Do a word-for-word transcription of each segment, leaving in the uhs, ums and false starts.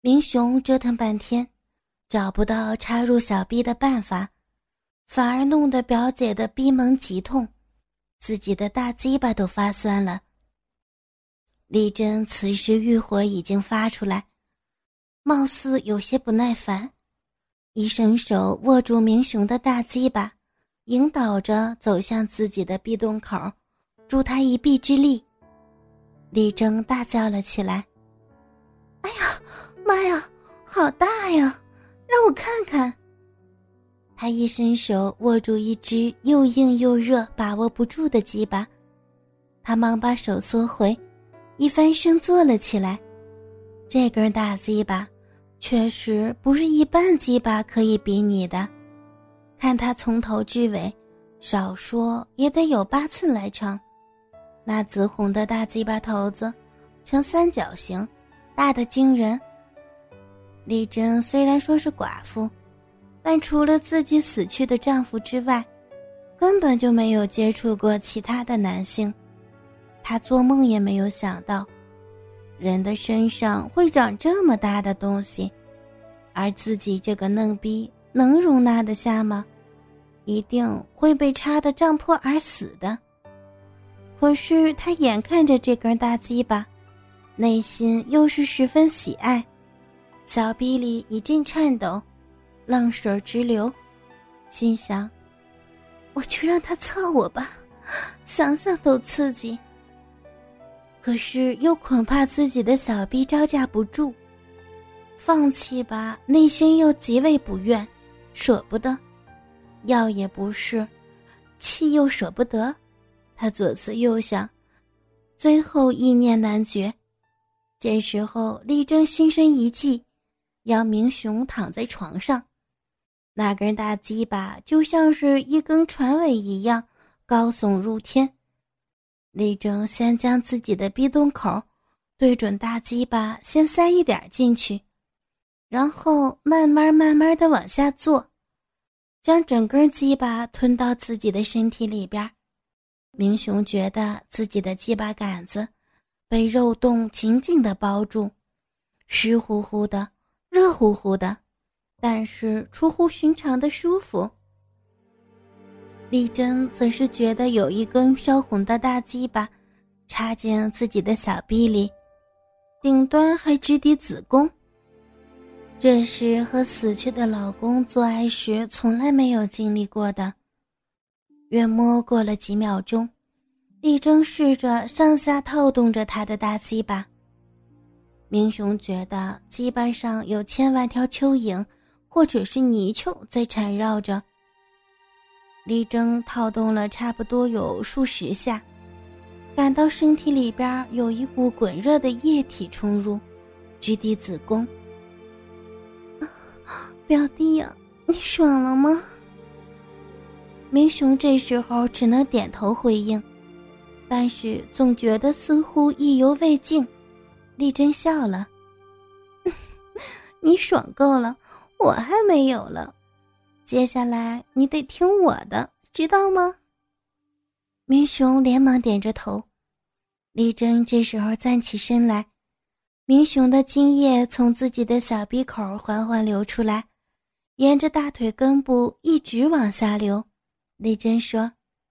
明雄折腾半天，找不到插入小臂的办法，反而弄得表姐的逼蒙极痛，自己的大鸡巴都发酸了。丽珍此时欲火已经发出来，貌似有些不耐烦，一伸手握住明雄的大鸡巴，引导着走向自己的壁洞口，助他一臂之力。丽珍大叫了起来：哎呀，妈呀，好大呀，让我看看。他一伸手握住一只又硬又热把握不住的鸡巴，他忙把手缩回，一翻身坐了起来。这根大鸡巴确实不是一般鸡巴可以比拟的，看他从头至尾少说也得有八寸来长，那紫红的大鸡巴头子呈三角形，大得惊人。丽珍虽然说是寡妇，但除了自己死去的丈夫之外，根本就没有接触过其他的男性。她做梦也没有想到，人的身上会长这么大的东西，而自己这个嫩逼能容纳得下吗？一定会被插得胀破而死的。可是她眼看着这根大鸡巴，内心又是十分喜爱，小臂里一阵颤抖，浪水直流，心想：我去让他操我吧，想想都刺激。可是又恐怕自己的小臂招架不住，放弃吧，内心又极为不愿，舍不得，要也不是，气又舍不得。他左思右想，最后意念难决。这时候丽珍心生一计，要明雄躺在床上，那根大鸡巴就像是一根船尾一样高耸入天。丽珍先将自己的逼洞口对准大鸡巴，先塞一点进去，然后慢慢慢慢地往下坐，将整根鸡巴吞到自己的身体里边。明雄觉得自己的鸡巴杆子被肉洞紧紧地包住，湿乎乎的，热乎乎的，但是出乎寻常的舒服。丽珍则是觉得有一根烧红的大鸡巴插进自己的小臂里，顶端还直抵子宫，这是和死去的老公做爱时从来没有经历过的。约摸过了几秒钟，丽珍试着上下套动着他的大鸡巴。明雄觉得鸡巴上有千万条蚯蚓或者是泥鳅在缠绕着。丽珍套动了差不多有数十下，感到身体里边有一股滚热的液体冲入，直抵子宫。啊，表弟呀，你爽了吗？明雄这时候只能点头回应，但是总觉得似乎意犹未尽。丽珍笑了：你爽够了，我还没有了，接下来你得听我的，知道吗？明雄连忙点着头。丽珍这时候站起身来，明雄的精液从自己的小鼻口缓缓流出来，沿着大腿根部一直往下流。丽珍说：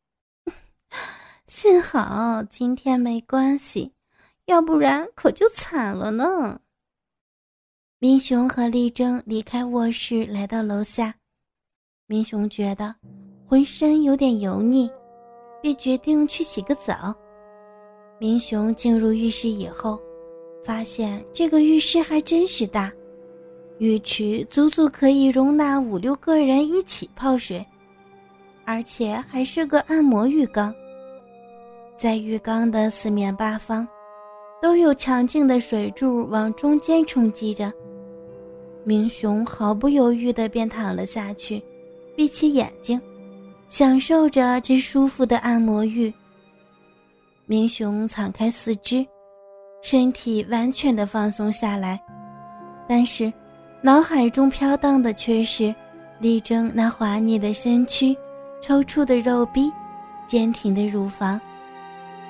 幸好今天没关系，要不然可就惨了呢。明雄和丽珍离开卧室来到楼下，明雄觉得浑身有点油腻，便决定去洗个澡。明雄进入浴室以后，发现这个浴室还真是大，浴池足足可以容纳五六个人一起泡水，而且还是个按摩浴缸。在浴缸的四面八方都有强劲的水柱往中间冲击着。明雄毫不犹豫地便躺了下去，闭起眼睛，享受着这舒服的按摩浴。明雄敞开四肢，身体完全的放松下来，但是脑海中飘荡的却是丽珍那滑腻的身躯，抽搐的肉壁，坚挺的乳房。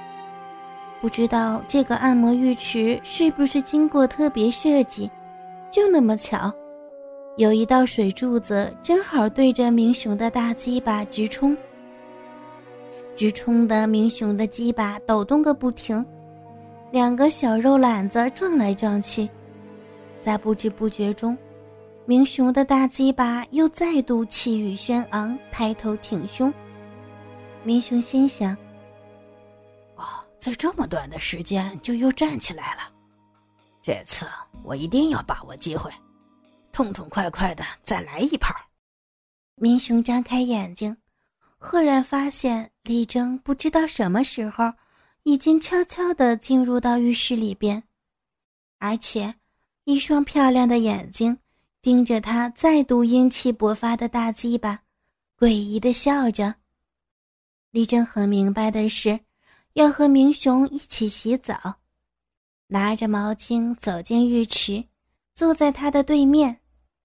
不知道这个按摩浴池是不是经过特别设计， 就那么巧，有一道水柱子正好对着明雄的大鸡巴直冲，直冲的明雄的鸡巴抖动个不停，两个小肉篮子撞来撞去，在不知不觉中，明雄的大鸡巴又再度气宇轩昂，抬头挺胸。明雄心想， 哦，在这么短的时间就又站起来了，这次我一定要把握机会，痛痛快快的再来一炮。 明雄张开眼睛，赫然发现丽珍不知道什么时候已经悄悄地进入到浴室里边，而且一双漂亮的眼睛盯着他再度英气勃发的大鸡巴，诡异地笑着。丽珍很明白的是，要和明雄一起洗澡，拿着毛巾走进浴池，坐在他的对面。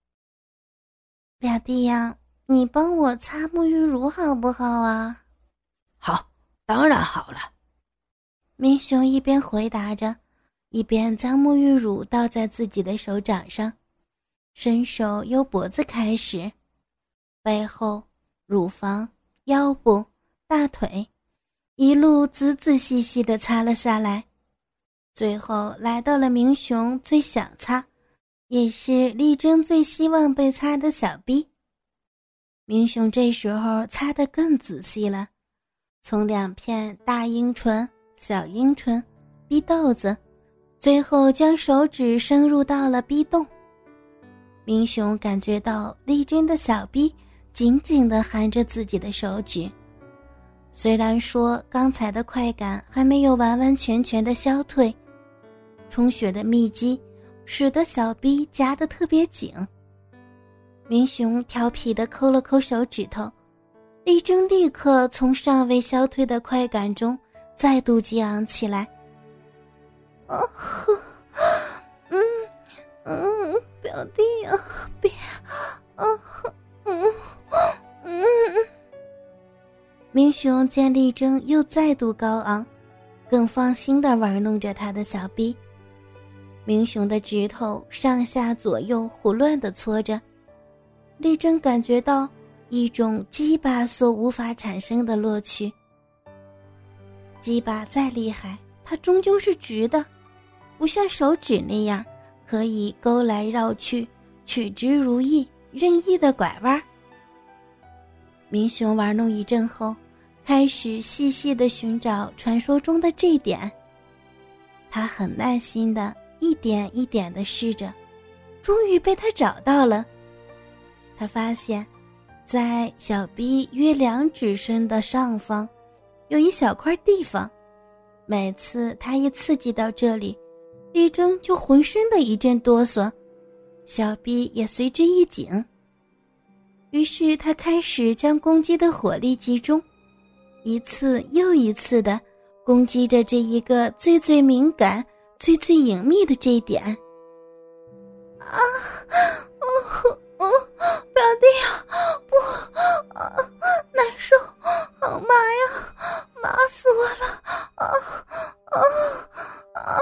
表弟呀，你帮我擦沐浴乳好不好啊？ 好，当然好了。 明雄一边回答着，一边将沐浴乳倒在自己的手掌上，伸手由脖子开始，背后、乳房、腰部、大腿，一路仔仔细细地擦了下来，最后来到了明雄最想擦，也是丽珍最希望被擦的小臂。明雄这时候擦得更仔细了，从两片大阴唇、小阴唇、逼豆子，最后将手指深入到了逼洞。明雄感觉到丽珍的小臂紧紧地含着自己的手指，虽然说刚才的快感还没有完完全全的消退，充血的密肌使得小臂夹得特别紧。明雄调皮地抠了抠手指头，丽珍立刻从尚未消退的快感中再度激昂起来。啊呵，嗯嗯，表弟啊，别啊呵，嗯嗯。明雄见丽珍又再度高昂，更放心地玩弄着他的小臂。明雄的指头上下左右胡乱地搓着，丽珍感觉到一种鸡巴所无法产生的乐趣。鸡巴再厉害，它终究是直的，不像手指那样可以勾来绕去，取之如意，任意的拐弯。明雄玩弄一阵后，开始细细地寻找传说中的这点。他很耐心地一点一点地试着，终于被他找到了。他发现在小臂约两指深的上方有一小块地方，每次他一刺激到这里，丽珍就浑身的一阵哆嗦，小臂也随之一紧。于是他开始将攻击的火力集中，一次又一次地攻击着这一个最最敏感、最最隐秘的这一点。啊，哦哦，表弟啊，不，啊，难受，好麻呀，麻死我了，啊啊啊！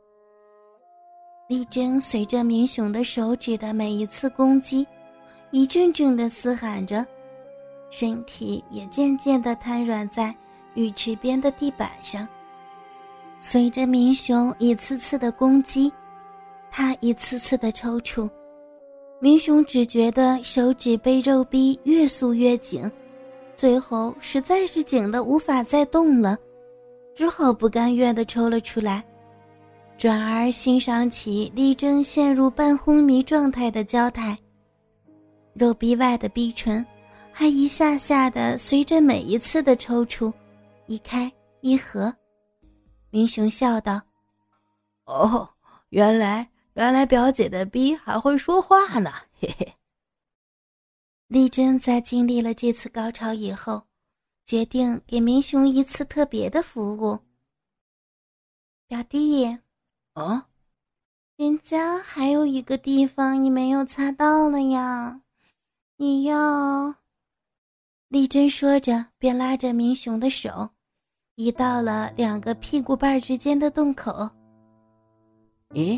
丽珍随着明雄的手指的每一次攻击，一阵阵地嘶喊着，身体也渐渐地瘫软在浴池边的地板上。随着明雄一次次的攻击，他一次次的抽搐，明雄只觉得手指被肉壁越束越紧，最后实在是紧得无法再动了，只好不甘愿地抽了出来，转而欣赏起丽珍陷入半昏迷状态的娇态。肉壁外的逼唇还一下下的随着每一次的抽搐一开一合。明雄笑道： 哦，原来原来表姐的逼还会说话呢，嘿嘿。 丽珍在经历了这次高潮以后，决定给明雄一次特别的服务。表弟， 啊， 人家还有一个地方你没有擦到了呀，你要……丽珍说着便拉着明雄的手移到了两个屁股瓣之间的洞口。 咦，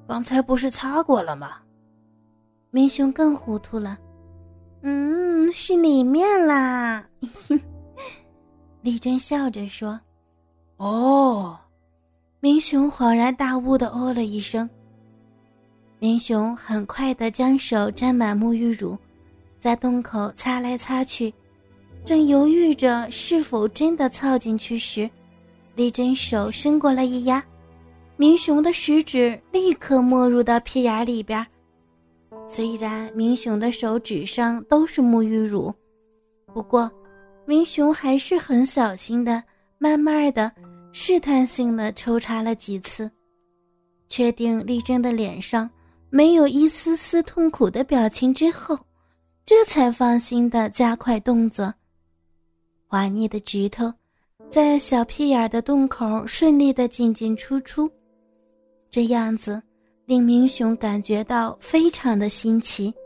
刚才不是擦过了吗？ 明雄更糊涂了。嗯，是里面啦。丽珍笑着说。 哦， 明雄恍然大悟地哦了一声。明雄很快地将手沾满沐浴乳，在洞口擦来擦去，正犹豫着是否真的凑进去时，丽珍手伸过来一压，明雄的食指立刻没入到屁眼里边。虽然明雄的手指上都是沐浴乳，不过明雄还是很小心的，慢慢的试探性的抽插了几次，确定丽珍的脸上没有一丝丝痛苦的表情之后，这才放心的加快动作。滑腻的指头在小屁眼的洞口顺利的进进出出，这样子令明雄感觉到非常的新奇。